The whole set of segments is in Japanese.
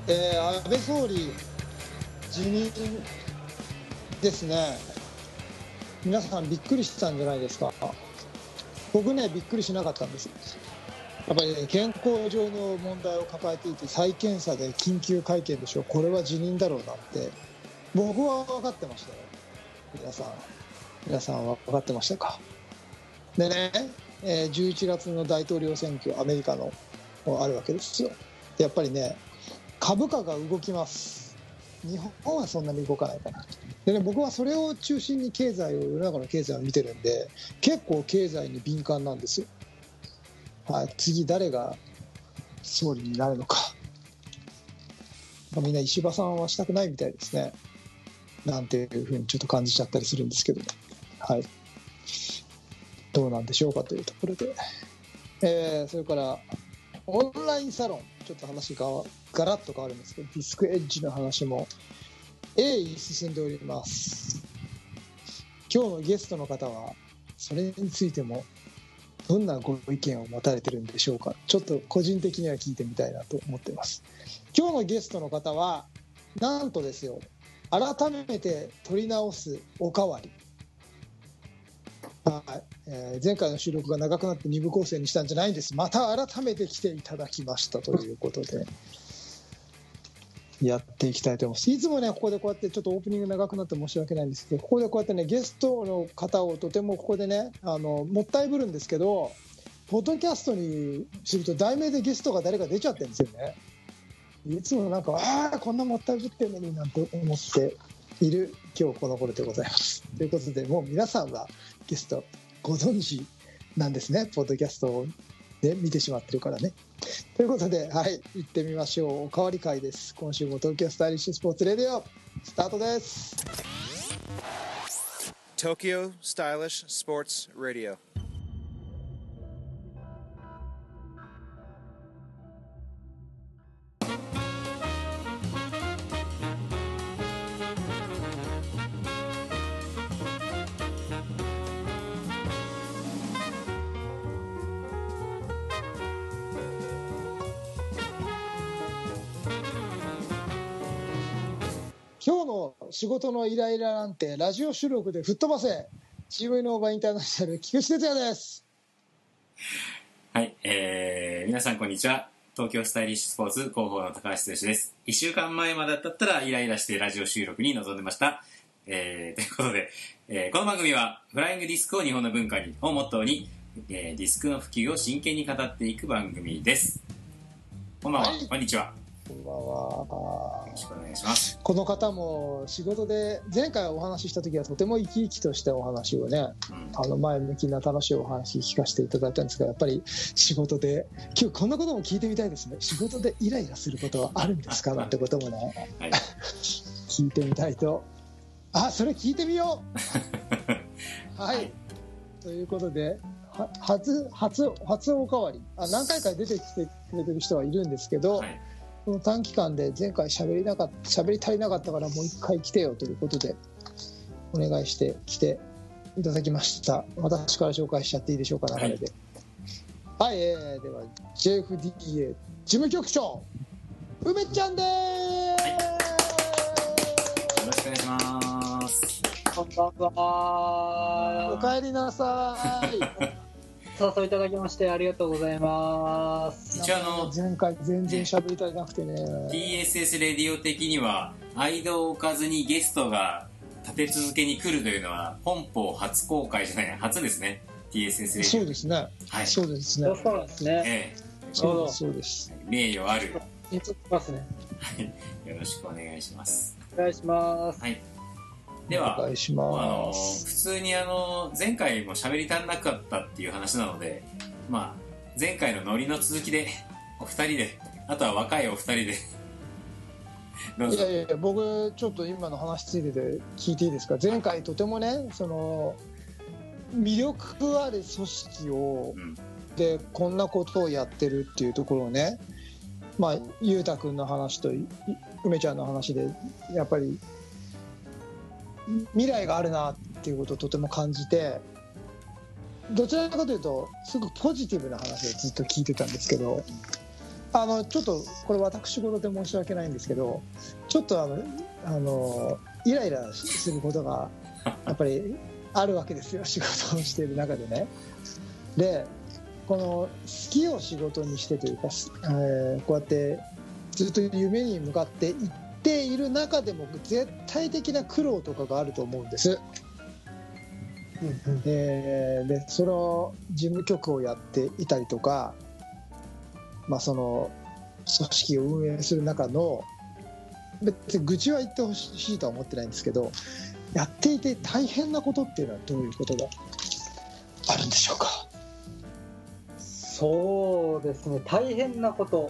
安倍総理辞任ですね。皆さんびっくりしたんじゃないですか。僕ね、びっくりしなかったんです。やっぱり、ね、健康上の問題を抱えていて再検査で緊急会見でしょ、これは辞任だろうなって僕は分かってましたよ。皆さんは分かってましたか。でね、11月の大統領選挙アメリカのあるわけですよ。やっぱりね、株価が動きます。日本はそんなに動かないかな。でね、僕はそれを中心に世の中の経済を見てるんで、結構経済に敏感なんですよ。はい、次誰が総理になるのか、みんな石破さんはしたくないみたいですね、なんていうふうにちょっと感じちゃったりするんですけど、はい、どうなんでしょうかというところで、それからオンラインサロン、ちょっと話がガラッと変わるんですけど、ディスクエッジの話も鋭意進んでおります。今日のゲストの方はそれについてもどんなご意見を持たれてるんでしょうか。ちょっと個人的には聞いてみたいなと思っています。今日のゲストの方はなんとですよ、改めて取り直すおかわり、前回の収録が長くなって2部構成にしたんじゃないんです。また改めて来ていただきましたということでやっていきたいと思います。いつもね、ここでこうやってちょっとオープニング長くなって申し訳ないんですけど、ここでこうやってね、ゲストの方をとてもここでね、もったいぶるんですけど、ポッドキャストにすると題名でゲストが誰か出ちゃってるんですよね。いつもなんかこんなもったいぶってるのになんて思っている今日この頃でございます。ということで、もう皆さんはゲストご存知なんですね、ポッドキャストを、ね、見てしまってるからね。ということで、はい、行ってみましょう。おかわり会です。今週も東京スタイリッシュスポーツレディオスタートです。 Tokyo Stylish Sports Radio。 今日の仕事のイライラなんてラジオ収録で吹っ飛ばせ。チームイノーバーインターナショナル菊池哲也です。 はい、皆さんこんにちは。東京スタイリッシュスポーツ広報の高橋剛です。1週間前までだったらイライラしてラジオ収録に臨んでました。ということで、この番組はフライングディスクを日本の文化にをモットーに、ディスクの普及を真剣に語っていく番組です。こんばんは、はい、こんにちは。 こんばんは。 よろしくお願いします。 この方も仕事で前回お話しした時はとても生き生きとしたお話をね、前向きな楽しいお話聞かせていただいたんですが、やっぱり仕事で今日こんなことも聞いてみたいですね。仕事でイライラすることはあるんですかなんてこともね、はい、聞いてみたいと。それ聞いてみようはい、ということで初おかわり、何回か出てきてくれてる人はいるんですけど、はい、この短期間で前回喋り足りなかったからもう一回来てよということでお願いして来ていただきました。私から紹介しちゃっていいでしょうか、流れで。はい、では JFDA 事務局長梅ちゃんです、 はい、よろしくお願いします。 こんばんは。 お帰りなさいお誘いいただきましてありがとうございます。 一応前回全然喋りたいなくてね、 TSS レディオ的には間を置かずにゲストが立て続けに来るというのは本邦初公開じゃない初ですね。 TSS レディオ。 そうですね、はい、そうですね、 そうですね、 そうです、 名誉あるますね。 よろしくお願いします。 お願いします。 はい、ではお願いします。 普通に前回も喋り足んなかったっていう話なので、前回のノリの続きでお二人で、あとは若いお二人でどうぞ。 いや僕ちょっと今の話ついてて聞いていいですか。前回とてもね、魅力ある組織を、でこんなことをやってるっていうところをね、ゆうたくんの話と梅ちゃんの話でやっぱり未来があるなっていうことをとても感じて、どちらかというとすごくポジティブな話をずっと聞いてたんですけど、 ちょっとこれ私事で申し訳ないんですけど、ちょっとイライラすることがやっぱりあるわけですよ、仕事をしている中でね。でこの好きを仕事にしてというか、こうやってずっと夢に向かっていっている中でも絶対的な苦労とかがあると思うんです。でその事務局をやっていたりとか、その組織を運営する中の、別に愚痴は言ってほしいとは思ってないんですけど、やっていて大変なことっていうのはどういうことがあるんでしょうか。 そうですね、大変なこと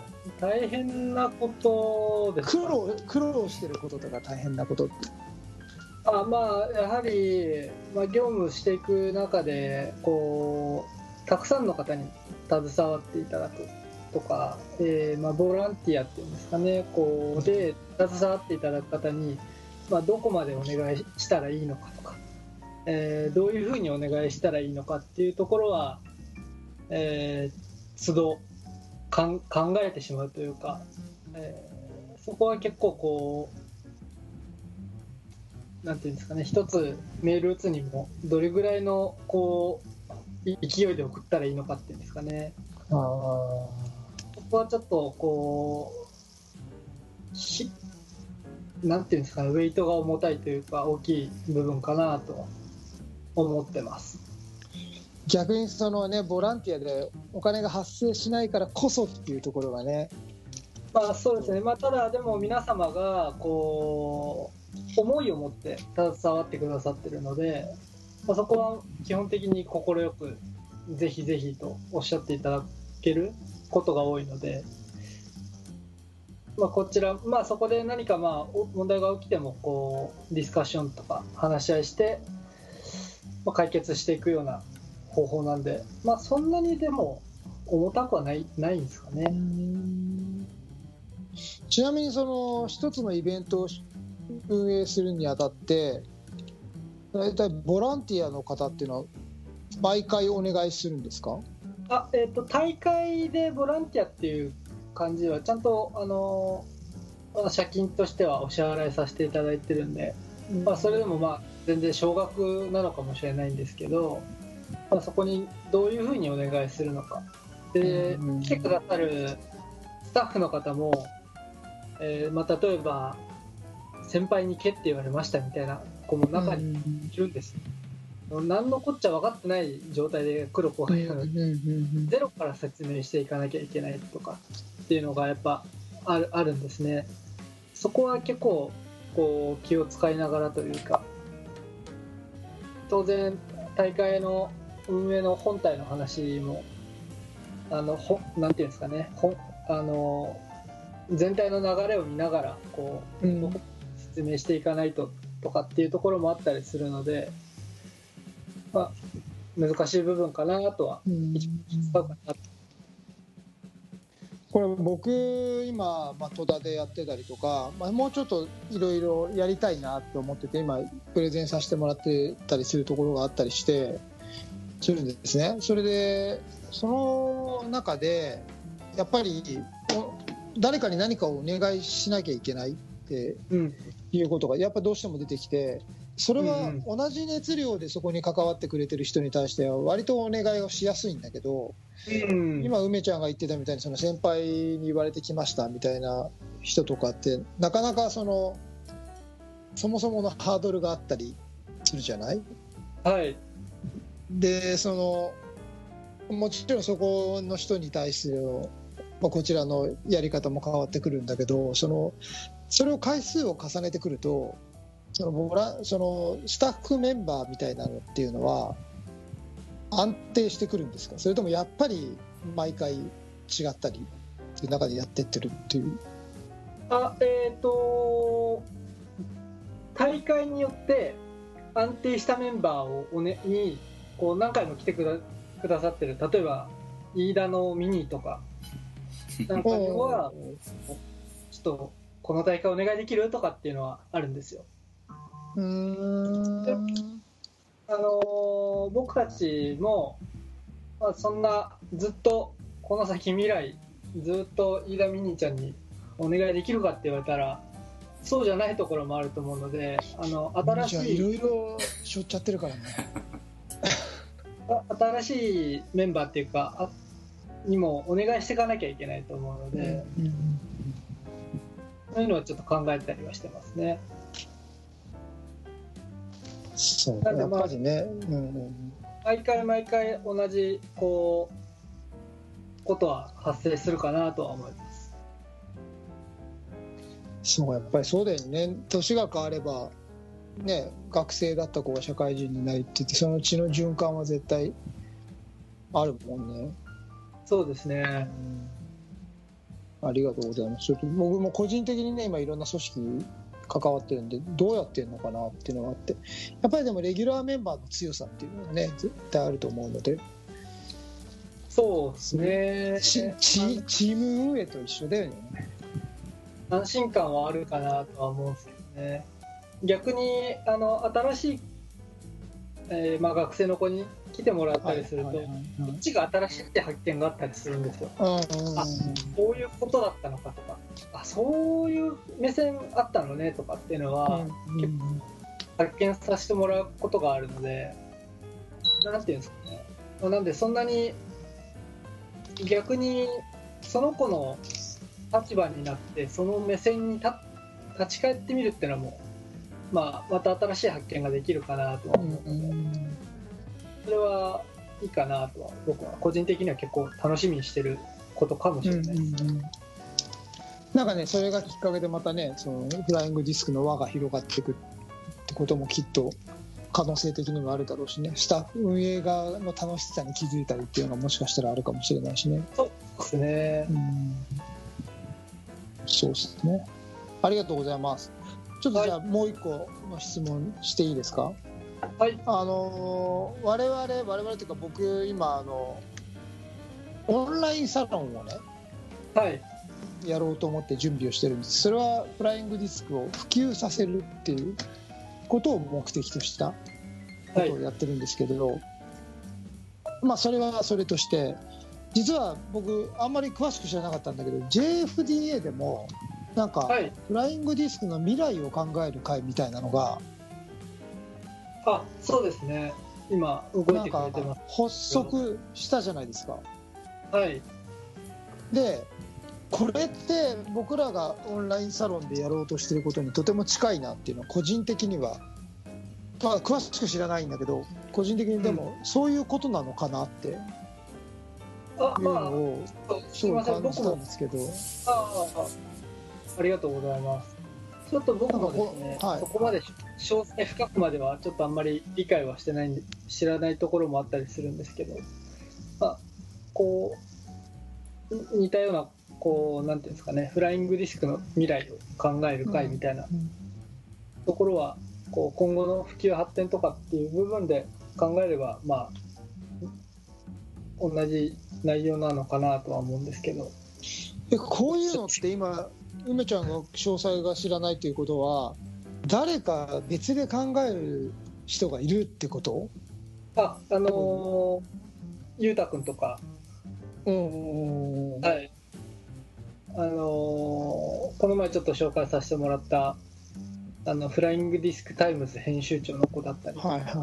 ですか。 苦労してることとか大変なことって。 やはり、業務していく中でたくさんの方に携わっていただくとか、ボランティアっていうんですかね、で携わっていただく方に、どこまでお願いしたらいいのかとか、どういうふうにお願いしたらいいのかっていうところは、都度考えてしまうというか、そこは結構なんていうんですかね、一つメール打つにもどれぐらいの勢いで送ったらいいのかっていうんですかね。そこはちょっとなんていうんですかね、ウェイトが重たいというか大きい部分かなと思ってます。 逆にボランティアでお金が発生しないからこそっていうところがね。 そうですね、ただでも皆様が思いを持って携わってくださってるので、そこは基本的に快くぜひぜひとおっしゃっていただけることが多いので、こちら、そこで何か問題が起きてもディスカッションとか話し合いして、解決していくような方法なんで、そんなにでも重たくはないんですかね。 ちなみに一つのイベントを運営するにあたって、だいたいボランティアの方っていうのは毎回お願いするんですか？ 大会でボランティアっていう感じはちゃんと謝金としてはお支払いさせていただいてるんで、それでも全然少額なのかもしれないんですけど、そこにどういうふうにお願いするのかで、来てくださるスタッフの方も、例えば先輩に蹴って言われましたみたいな子も中にいるんです、何のこっちゃ分かってない状態で来る子がいるので、ゼロから説明していかなきゃいけないとかっていうのがやっぱあるんですね。そこは結構気を使いながらというか、当然大会の運営の本体の話もなんていうんですかね、全体の流れを見ながら説明していかないととかっていうところもあったりするので、難しい部分かなとは使うかなと。 これ僕今、戸田でやってたりとか、もうちょっといろいろやりたいなと思ってて、今プレゼンさせてもらってたりするところがあったりしてするんですね。それでその中でやっぱり誰かに何かをお願いしなきゃいけないっていうことがやっぱどうしても出てきて、それは同じ熱量でそこに関わってくれてる人に対しては割とお願いをしやすいんだけど、今梅ちゃんが言ってたみたいに先輩に言われてきましたみたいな人とかってなかなかそもそものハードルがあったりするじゃない？ はい。 でもちろんそこの人に対しての、こちらのやり方も変わってくるんだけど、それを回数を重ねてくるとスタッフメンバーみたいなのっていうのは安定してくるんですか？それともやっぱり毎回違ったりという中でやってってるっていう。 大会によって安定したメンバーに何回も来てくださってる、例えば飯田のミニとかなんかにはちょっとこの大会お願いできるとかっていうのはあるんですよ。僕たちも、そんなずっとこの先未来ずっと飯田ミニちゃんにお願いできるかって言われたらそうじゃないところもあると思うので、新しいいろいろしょっちゃってるからね。 新しいメンバーっていうかにもお願いしていかなきゃいけないと思うので、そういうのはちょっと考えたりはしてますね。 そうなんでやっぱりね、 毎回同じことは発生するかなとは思います。 そうやっぱりそうだよね。年が変わればね、学生だった子が社会人になりって言って、その血の循環は絶対あるもんね。 そうですね、 ありがとうございます。ちょっと僕も個人的にね今いろんな組織関わってるんでどうやってるのかなっていうのがあって、やっぱりでもレギュラーメンバーの強さっていうのがね絶対あると思うので、 そうですね、 チーム運営と一緒だよね。 安心感はあるかなとは思うんですけどね。逆に新しい、学生の子に来てもらったりすると、こっちが新しいって発見があったりするんですよ。そういうことだったのかとか、そういう目線あったのねとかっていうのは、結構発見させてもらうことがあるので、なんていうんですかね。なんでそんなに逆にその子の立場になってその目線に立ち返ってみるっていうのも、また新しい発見ができるかなとは思うので、それはいいかなとは僕は個人的には結構楽しみにしてることかもしれないです。 なんかねそれがきっかけでまたねそのフライングディスクの輪が広がっていくってこともきっと可能性的にもあるだろうしね、スタッフ運営側の楽しさに気づいたりっていうのがもしかしたらあるかもしれないしね。 そうですね、 そうですね。ありがとうございます。ちょっとじゃあもう一個の質問していいですか。 はい。 我々というか僕今オンラインサロンをね、 はい、 やろうと思って準備をしてるんです。それはフライングディスクを普及させるっていうことを目的としたことをやってるんですけれど、それはそれとして実は僕あんまり詳しく知らなかったんだけど JFDA でもなんかフライングディスクの未来を考える会みたいなのが、 そうですね、今動いてくれてます。 発足したじゃないですか。 はい。 でこれって僕らがオンラインサロンでやろうとしていることにとても近いなっていうのは個人的には、詳しく知らないんだけど個人的にでもそういうことなのかなっていうのをすごい感じたんですけど。 ありがとうございます。ちょっと僕もですね、そこまで詳細深くまではちょっとあんまり理解はしてないんで知らないところもあったりするんですけど、似たようななんていうんですかね、フライングディスクの未来を考える会みたいなところは今後の普及発展とかっていう部分で考えれば同じ内容なのかなとは思うんですけど、 こういうのって今梅ちゃんが詳細が知らないということは誰か別で考える人がいるってこと？ ゆうたくんとか、はい、この前ちょっと紹介させてもらったフライングディスクタイムズ編集長の子だったり、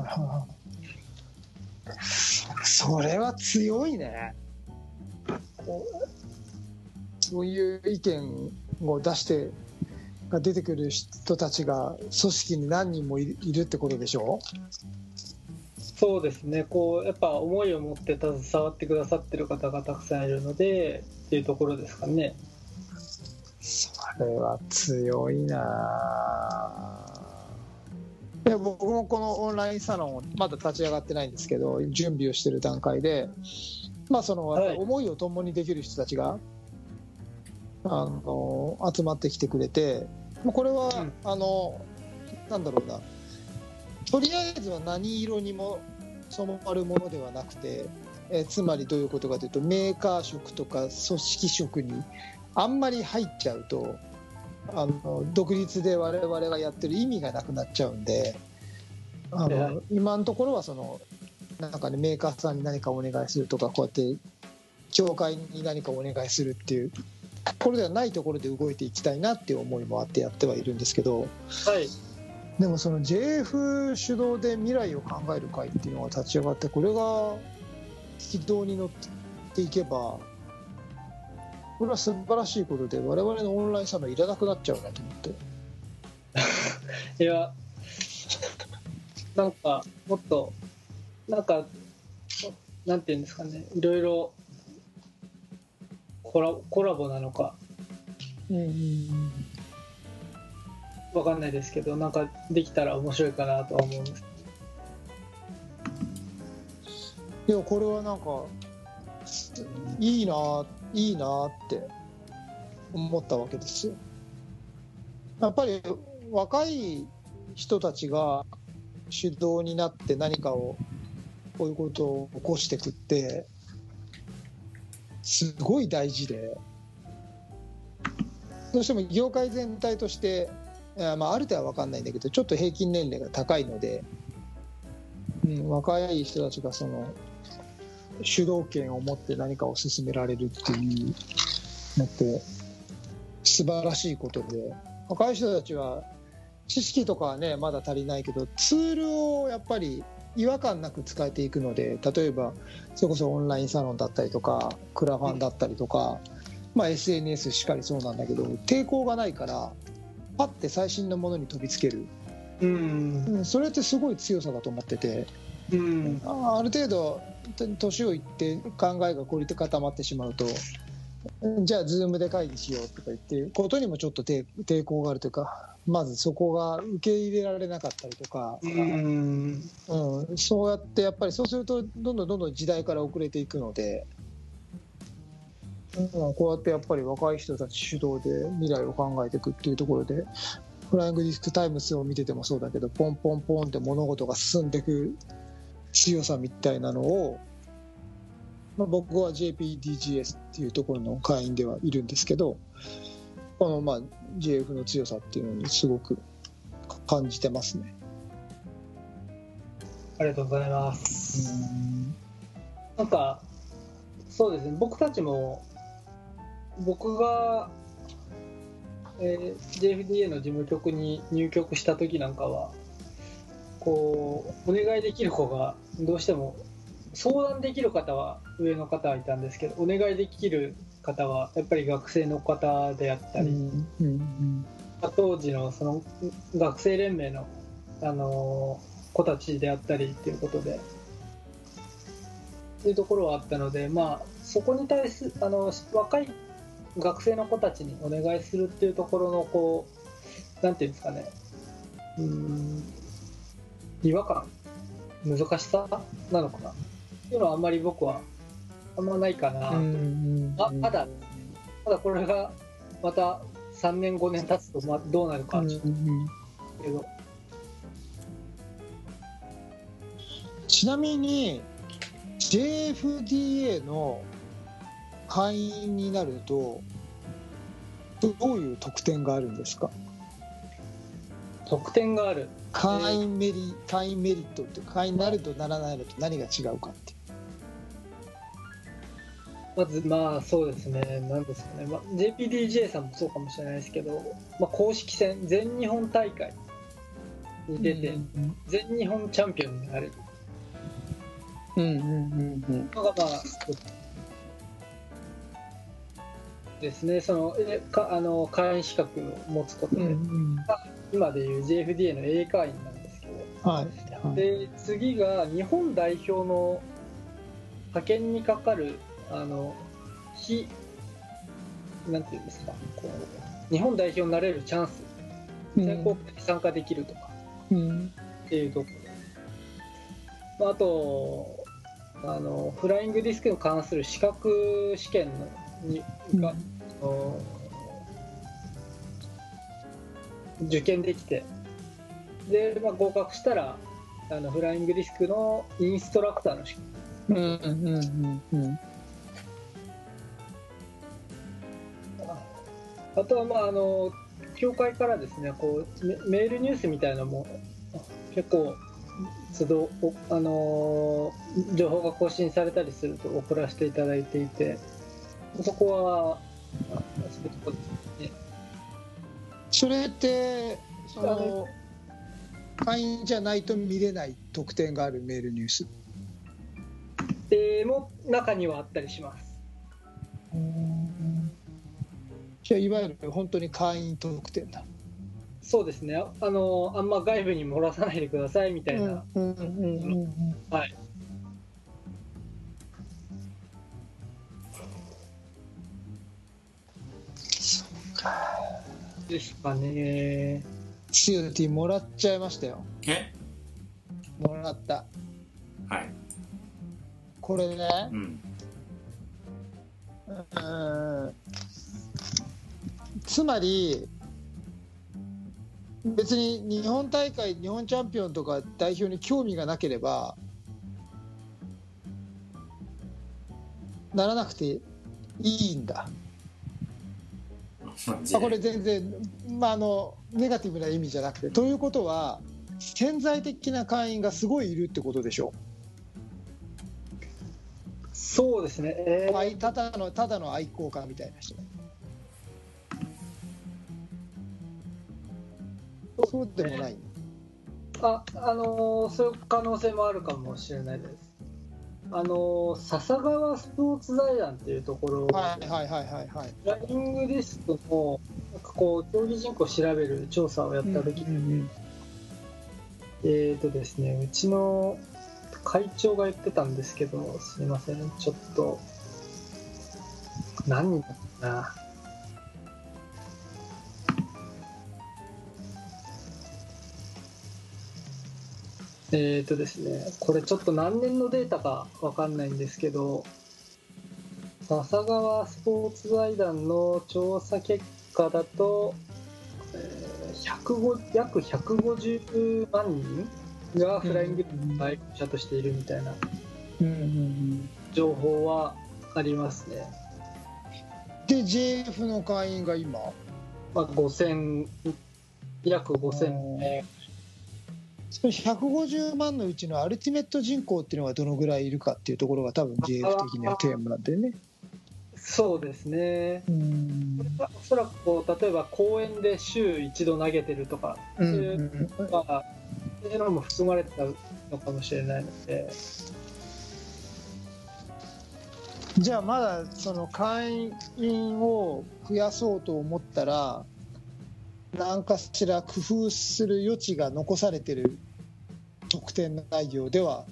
それは強いね。そういう意見を出してが出てくる人たちが組織に何人もいるってことでしょ？ そうですね、やっぱ思いを持って携わってくださってる方がたくさんいるのでっていうところですかね。 それは強いな。で僕もこのオンラインサロンまだ立ち上がってないんですけど準備をしている段階で、その思いを共にできる人たちが集まってきてくれて、これは、なんだろうな、とりあえずは何色にも染まるものではなくて、つまりどういうことかというとメーカー色とか組織色にあんまり入っちゃうと独立で我々がやってる意味がなくなっちゃうんで、今のところはなんかね、メーカーさんに何かお願いするとかこうやって協会に何かお願いするっていうところではないところで動いていきたいなっていう思いもあってやってはいるんですけど、 はい、 でもその JF 主導で未来を考える会っていうのが立ち上がって、これが軌道に乗っていけばこれは素晴らしいことで、我々のオンラインサロンいらなくなっちゃうなと思って。 いや、なんかもっとなんかなんていうんですかね、いろいろコラボなのかわかんないですけど、なんかできたら面白いかなとは思うんです。 いや、これはなんかいいなって思ったわけですよ。やっぱり若い人たちが主導になって何かをこういうことを起こしていくってすごい大事で、どうしても業界全体として、ある程度は分かんないんだけどちょっと平均年齢が高いので、若い人たちがその主導権を持って何かを進められるっていうのって素晴らしいことで、若い人たちは知識とかはねまだ足りないけどツールをやっぱり違和感なく使えていくので、例えばそれこそオンラインサロンだったりとかクラファンだったりとか、SNS しかりそうなんだけど抵抗がないからパッて最新のものに飛びつける、それってすごい強さだと思ってて、ある程度年をいって考えが凝り固まってしまうと、じゃあ Zoom で会議しようとか言っていうことにもちょっと抵抗があるというか、まずそこが受け入れられなかったりとか、そうやってやっぱりそうするとどんどん時代から遅れていくので、こうやってやっぱり若い人たち主導で未来を考えていくっていうところで、フライングディスクタイムスを見ててもそうだけど、ポンポンポンって物事が進んでいく強さみたいなのを、僕は JPDGS っていうところの会員ではいるんですけど、このJF の強さっていうのにすごく感じてますね。 ありがとうございます。なんかそうですね、僕が、JFDA の事務局に入局した時なんかはこうお願いできる子がどうしても、相談できる方は上の方はいたんですけど、お願いできる方はやっぱり学生の方であったり、当時のその学生連盟の、子たちであったりっていうことでっていうところはあったので、そこに対する若い学生の子たちにお願いするっていうところのこうなんていうんですかね、違和感、難しさなのかなっていうのはあんまり僕はあんまないかなと。ただこれがまた3年5年経つとどうなるかちょっとけど、 ちなみに JFDA の会員になるとどういう特典があるんですか？ 特典がある。 会員メリットって会員になるとならないのと何が違うかって。 まずそうですね、なんですかね、JPDJ さんもそうかもしれないですけど、公式戦全日本大会に出て、全日本チャンピオンになれるのがですね、その会員資格を持つことで、今でいう JFDA の A 会員なんですけど、で次が日本代表の派遣にかかるなんていうんですか、日本代表になれるチャンス、選考に参加できるとか、っていうところ、あとフライングディスクに関する資格試験が、受験できて、で、合格したらフライングディスクのインストラクターの資格、あとは協会からですね、こうメールニュースみたいなのも結構都度情報が更新されたりすると送らせていただいていて、そこはそういうところですね。 それって会員じゃないと見れない特典があるメールニュースも中にはあったりします。 じゃあいわゆる本当に会員特典だ。 そうですね。あんま外部に漏らさないでくださいみたいな。はい。 そうか。 ですかね。 シューティーもらっちゃいましたよ。もらった。 はい。 これね。つまり別に日本大会日本チャンピオンとか代表に興味がなければならなくていいんだ。これ全然、ネガティブな意味じゃなくて、ということは潜在的な会員がすごいいるってことでしょ。 そうですね。 ただの愛好家みたいな人。そうでもない。 そういう可能性もあるかもしれないです。笹川スポーツ財団っていうところ、フライングリストの競技人口を調べる調査をやった時に、ですね、うちの会長が言ってたんですけど、すいません、ちょっと何人だったかな。ですね、これちょっと何年のデータか分かんないんですけど、笹川スポーツ財団の調査結果だと、約150万人がフライングの愛好者としているみたいな情報はありますね。 で JF の会員が今、 約5000名。 その150万のうちのアルティメット人口っていうのがどのぐらいいるかっていうところが多分 JF 的にはテーマなんだよね。 そうですね。おそらく例えば公園で週1度投げてるとか、そういうのも含まれてたのかもしれないので。 じゃあまだその会員を増やそうと思ったら何かしら工夫する余地が残されている特典内容では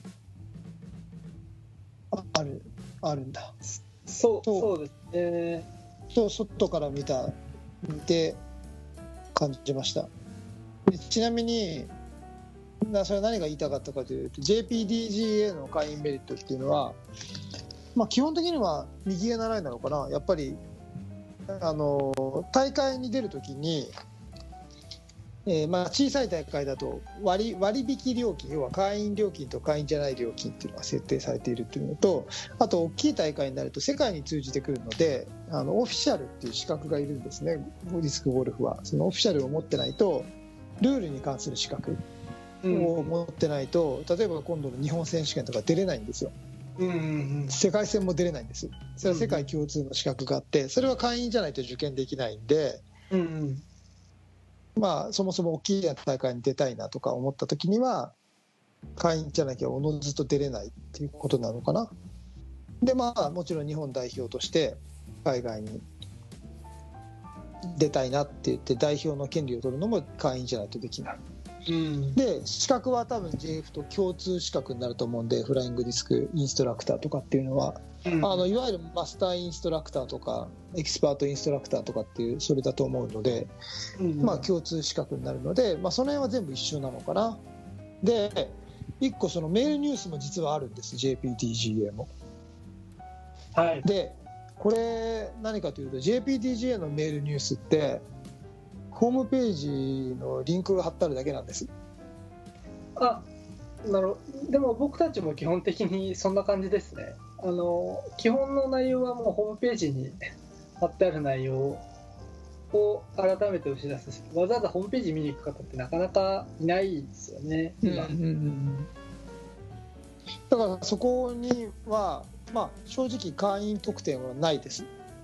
あるんだ。 そうですね。 外から見て感じました。ちなみにそれは何が言いたかったかというと JPDGA の会員メリットっていうのは、基本的には右へ習いなのかな。やっぱり大会に出るときに小さい大会だと割引料金、要は会員料金と会員じゃない料金っていうのが設定されているというのと、あと大きい大会になると世界に通じてくるのでオフィシャルっていう資格がいるんですね。ディスクゴルフはそのオフィシャルを持ってないと、ルールに関する資格を持ってないと、例えば今度の日本選手権とか出れないんですよ。世界戦も出れないんです。それは世界共通の資格があって、それは会員じゃないと受験できないんで、そもそも大きい大会に出たいなとか思った時には会員じゃなきゃおのずと出れないっていうことなのかな。でもちろん日本代表として海外に出たいなって言って代表の権利を取るのも会員じゃないとできない。で資格は多分 JF と共通資格になると思うんで、フライングディスクインストラクターとかっていうのは、いわゆるマスターインストラクターとかエキスパートインストラクターとかっていうそれだと思うので、共通資格になるので、その辺は全部一緒なのかな。で1個そのメールニュースも実はあるんです、 JPDGA も。でこれ何かというと JPDGA のメールニュースってホームページのリンクが貼ってあるだけなんです。 でも僕たちも基本的にそんな感じですね。基本の内容はもうホームページに貼ってある内容を改めて押し出す、わざわざホームページ見に行く方ってなかなかいないですよね、今。 だからそこには、正直会員特典はないです。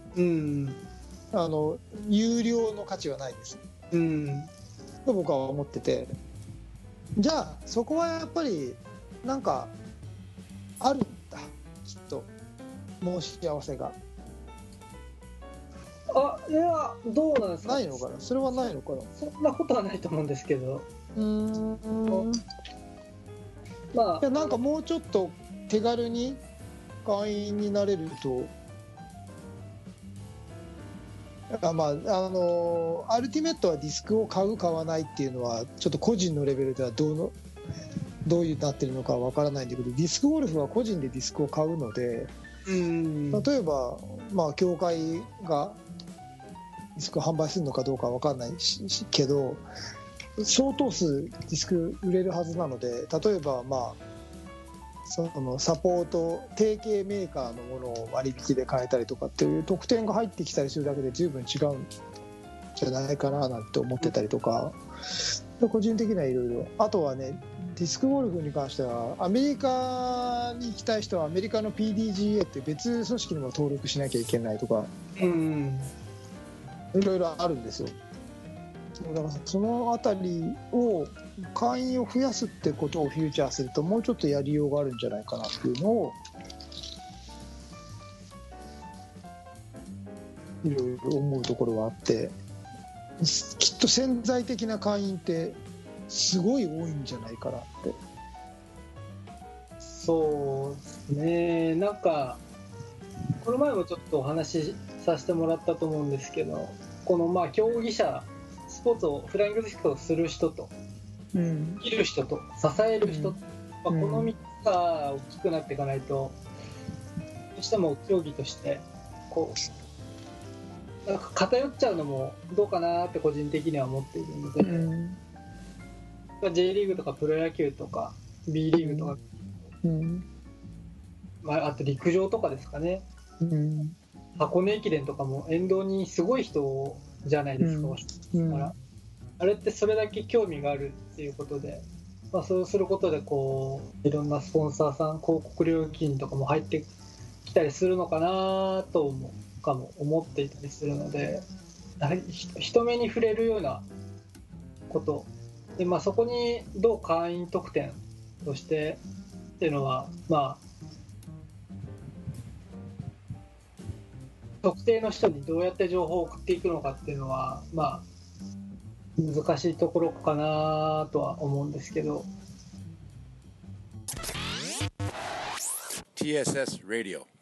有料の価値はないです。と僕は思ってて、じゃあそこはやっぱりなんかあるんだ、きっと申し合わせが。 いや、どうなんですか。 ないのかな、それはないのかな。 そんなことはないと思うんですけど。いや、なんかもうちょっと手軽に会員になれると、アルティメットはディスクを買う買わないっていうのはちょっと個人のレベルではどういうなってるのかわからないんだけど、ディスクゴルフは個人でディスクを買うので、例えば協会がディスクを販売するのかどうかわからないけど、相当数ディスク売れるはずなので、例えばそのサポート提携メーカーのものを割引で買えたりとかっていう特典が入ってきたりするだけで十分違うんじゃないかななんて思ってたりとか、個人的にはいろいろ。あとはね、ディスクゴルフに関してはアメリカに行きたい人はアメリカの PDGA って別組織にも登録しなきゃいけないとか、いろいろあるんですよ。だからそのあたりを会員を増やすってことをフューチャーするともうちょっとやりようがあるんじゃないかなっていうのをいろいろ思うところはあって、きっと潜在的な会員ってすごい多いんじゃないかなって。 そうですね、なんかこの前もちょっとお話しさせてもらったと思うんですけど、この競技者、スポーツをフライングディスクをする人と、見る人と支える人、この3つが大きくなっていかないと、どうしても競技としてこうなんか偏っちゃうのもどうかなって個人的には思っているので、J リーグとかプロ野球とか B リーグとか、あと陸上とかですかね、箱根駅伝とかも沿道にすごい人じゃないですか、からあれってそれだけ興味があるっていうことで、そうすることでこういろんなスポンサーさん、広告料金とかも入ってきたりするのかなとも思っていたりするので、人目に触れるようなことで、そこにどう会員特典としてっていうのは、特定の人にどうやって情報を送っていくのかっていうのは難しいところかなとは思うんですけど。 TSS Radio